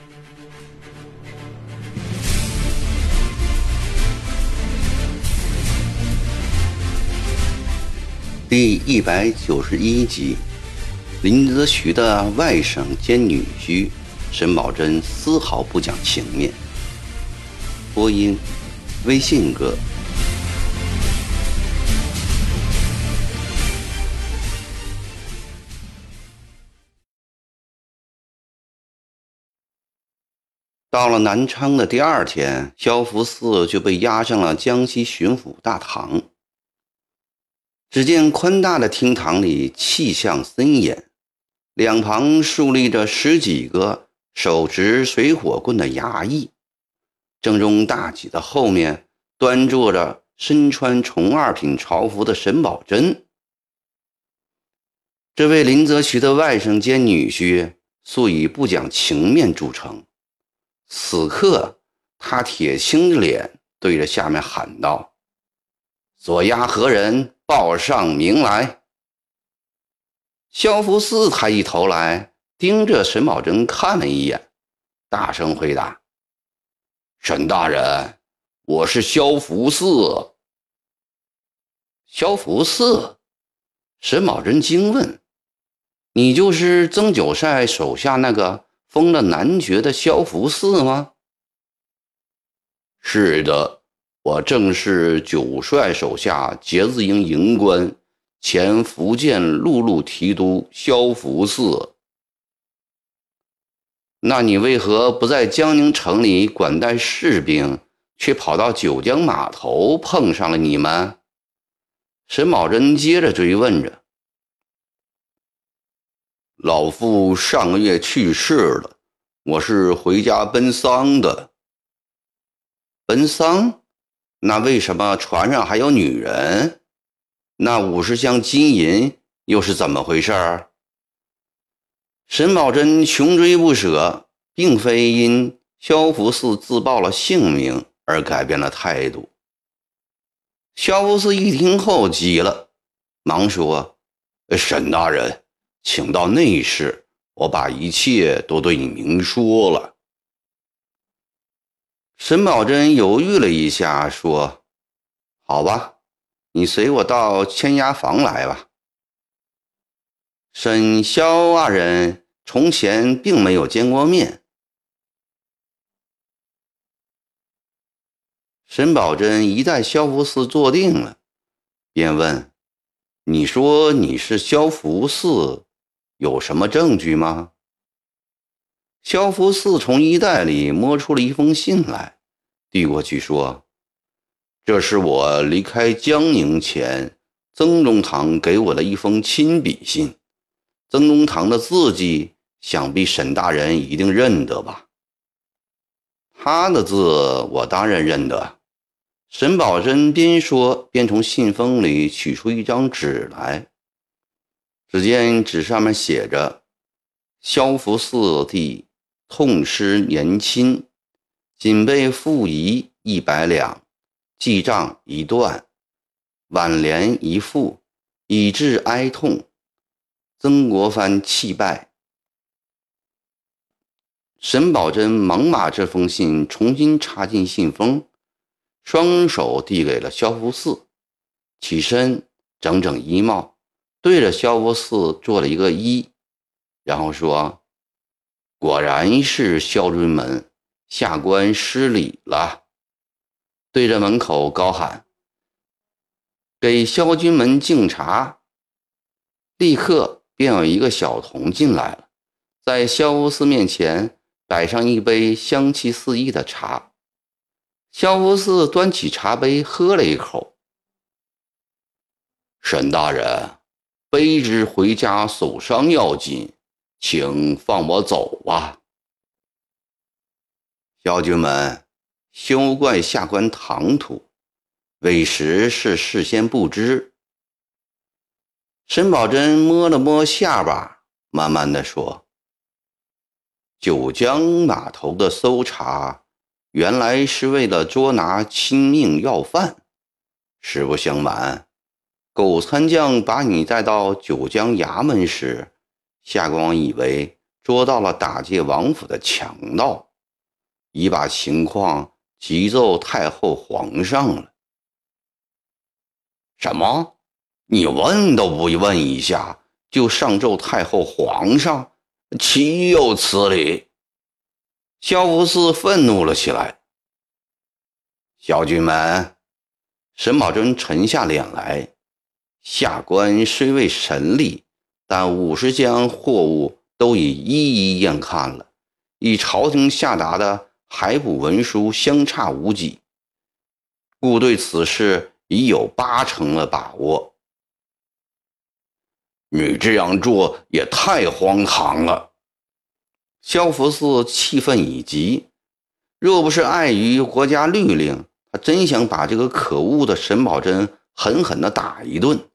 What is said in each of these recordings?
第191集，林则徐的外甥兼女婿沈葆桢丝毫不讲情面。播音：微信哥。到了南昌的第二天，萧福寺就被押上了江西巡抚大堂。只见宽大的厅堂里气象森严，两旁竖立着10几个手持水火棍的衙役，正中大戟的后面端坐着身穿重2品朝服的沈葆桢。这位林则徐的外甥兼女婿素以不讲情面著称，此刻他铁青着脸对着下面喊道：“所押何人？报上名来。”萧福寺抬起头来，盯着沈葆桢看了一眼，大声回答：“沈大人，我是萧福寺。”萧福寺？沈葆桢惊问：“你就是曾九帅手下那个封了男爵的萧福寺吗？”“是的，我正是九帅手下节字营营官，前福建陆路提督萧福寺。”“那你为何不在江宁城里管带士兵，却跑到九江码头碰上了你们？”沈葆桢接着追问着。“老父上个月去世了，我是回家奔丧的。”“奔丧？那为什么船上还有女人？那50箱金银又是怎么回事？”沈葆桢穷追不舍，并非因萧福寺自报了姓名而改变了态度。萧福寺一听后急了，忙说：“沈大人，请到内室，我把一切都对你明说了。”沈葆桢犹豫了一下，说：“好吧，你随我到签押房来吧。”沈萧二人从前并没有见过面。沈葆桢一待萧福寺坐定了，便问：“你说你是萧福寺，有什么证据吗？”萧福寺从衣袋里摸出了一封信来，递过去说：“这是我离开江宁前，曾中堂给我的一封亲笔信。曾中堂的字迹，想必沈大人一定认得吧？”“他的字我当然认得。”沈葆桢边说边从信封里取出一张纸来，只见纸上面写着：“萧福寺弟痛失年亲，仅被赋遗100两，记账一段，挽联一副，以致哀痛。曾国藩弃拜。”沈葆桢忙把这封信重新插进信封，双手递给了萧福寺，起身整整衣帽，对着萧福寺做了一个揖，然后说：“果然是萧君门，下官失礼了。”对着门口高喊：“给萧君门敬茶。”立刻便有一个小童进来了，在萧福寺面前摆上一杯香气四溢的茶。萧福寺端起茶杯喝了一口：“沈大人，卑职回家守丧要紧，请放我走吧。”“萧君门，休怪下官唐突，委实是事先不知。”沈葆桢摸了摸下巴，慢慢地说：“九江码头的搜查，原来是为了捉拿亲命要犯。实不相瞒，狗参将把你带到九江衙门时，下官以为捉到了打劫王府的强盗，已把情况急奏太后皇上了。什么？你问都不问一下，就上奏太后皇上，岂有此理！萧福嗣愤怒了起来。小军们，沈葆桢沉下脸来，下官虽未审理，但50箱货物都已一一验看了，与朝廷下达的海捕文书相差无几，故对此事已有80%的把握。你这样做也太荒唐了！萧福嗣气愤已极，若不是碍于国家律令，他真想把这个可恶的沈葆桢狠狠地打一顿。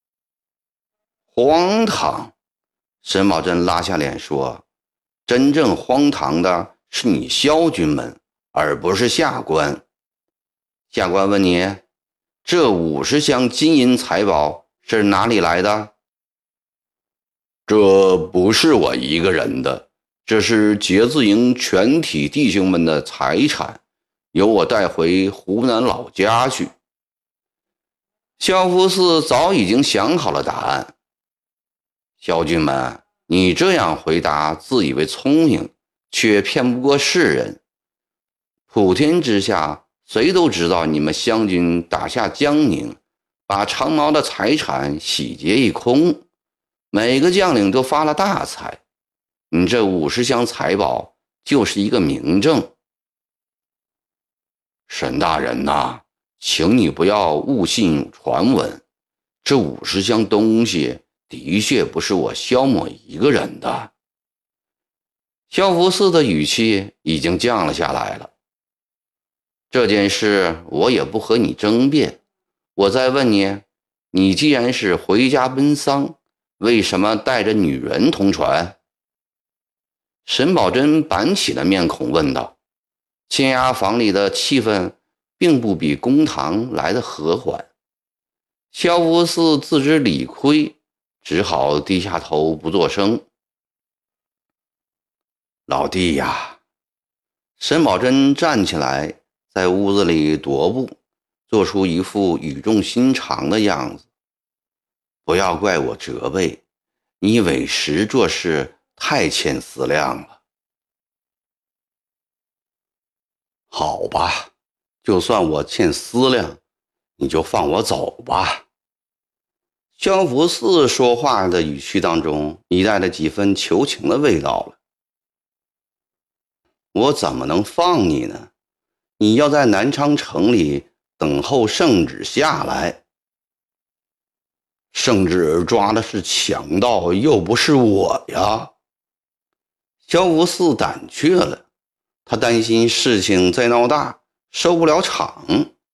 荒唐！沈葆桢拉下脸说，真正荒唐的是你萧军们，而不是下官。下官问你，这50箱金银财宝是哪里来的？这不是我一个人的，这是节字营全体弟兄们的财产，由我带回湖南老家去。萧福嗣早已经想好了答案。萧军们，你这样回答自以为聪明，却骗不过世人。普天之下，谁都知道你们湘军打下江宁，把长毛的财产洗劫一空，每个将领都发了大财。你这50箱财宝就是一个明证。沈大人呐，请你不要误信传闻，这50箱东西的确不是我萧某一个人的。萧福嗣的语气已经降了下来了。这件事我也不和你争辩，我再问你，你既然是回家奔丧，为什么带着女人同船？沈葆桢板起了面孔问道。签押房里的气氛并不比公堂来得和缓。萧福嗣自知理亏，只好低下头不作声。老弟呀，沈葆桢站起来，在屋子里踱步，做出一副语重心长的样子。不要怪我责备，你委实做事太欠思量了。好吧，就算我欠思量，你就放我走吧。萧福嗣说话的语气当中已带了几分求情的味道了。我怎么能放你呢？你要在南昌城里等候圣旨下来。圣旨抓的是强盗，又不是我呀。萧福嗣胆怯了，他担心事情再闹大，收不了场。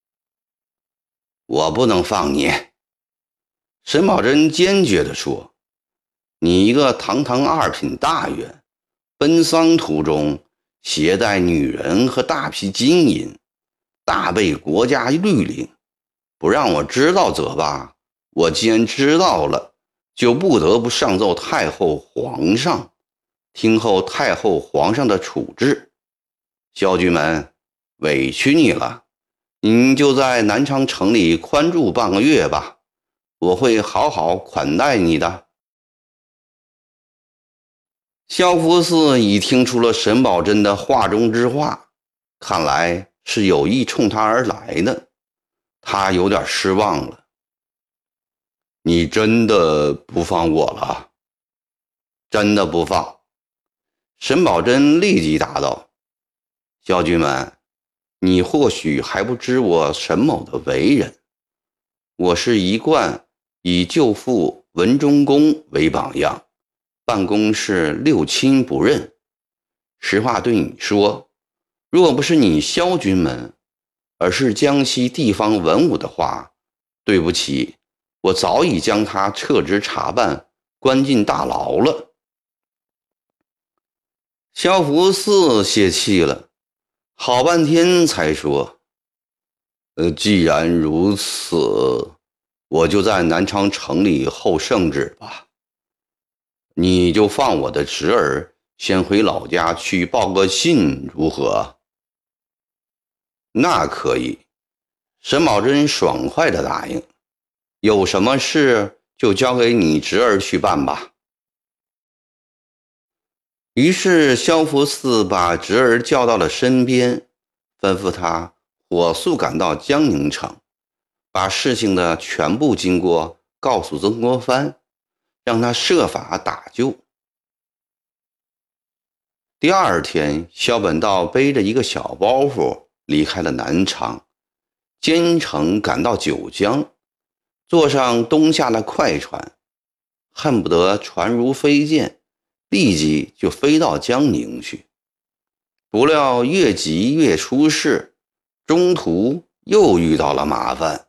我不能放你。沈葆桢坚决地说，你一个堂堂2品大员，奔丧途中携带女人和大批金银，大背国家律令，不让我知道则罢，我既然知道了，就不得不上奏太后皇上，听候太后皇上的处置。萧军们，委屈你了，您就在南昌城里宽住半个月吧，我会好好款待你的。萧福嗣已听出了沈葆桢的话中之话，看来是有意冲他而来的，他有点失望了。你真的不放我了？真的不放。沈葆桢立即答道。萧军们，你或许还不知我沈某的为人，我是一贯以舅父文忠公为榜样，办公室六亲不认。实话对你说，若不是你萧军门，而是江西地方文武的话，对不起，我早已将他撤职查办，关进大牢了。萧福嗣泄气了，好半天才说，既然如此，我就在南昌城里候圣旨吧。你就放我的侄儿先回老家去报个信，如何？那可以。沈葆桢爽快地答应。有什么事就交给你侄儿去办吧。于是萧福四把侄儿叫到了身边，吩咐他火速赶到江宁城，把事情的全部经过告诉曾国藩，让他设法打救。第二天，萧本道背着一个小包袱离开了南昌，兼程赶到九江，坐上东下的快船，恨不得船如飞箭，立即就飞到江宁去。不料越急越出事，中途又遇到了麻烦。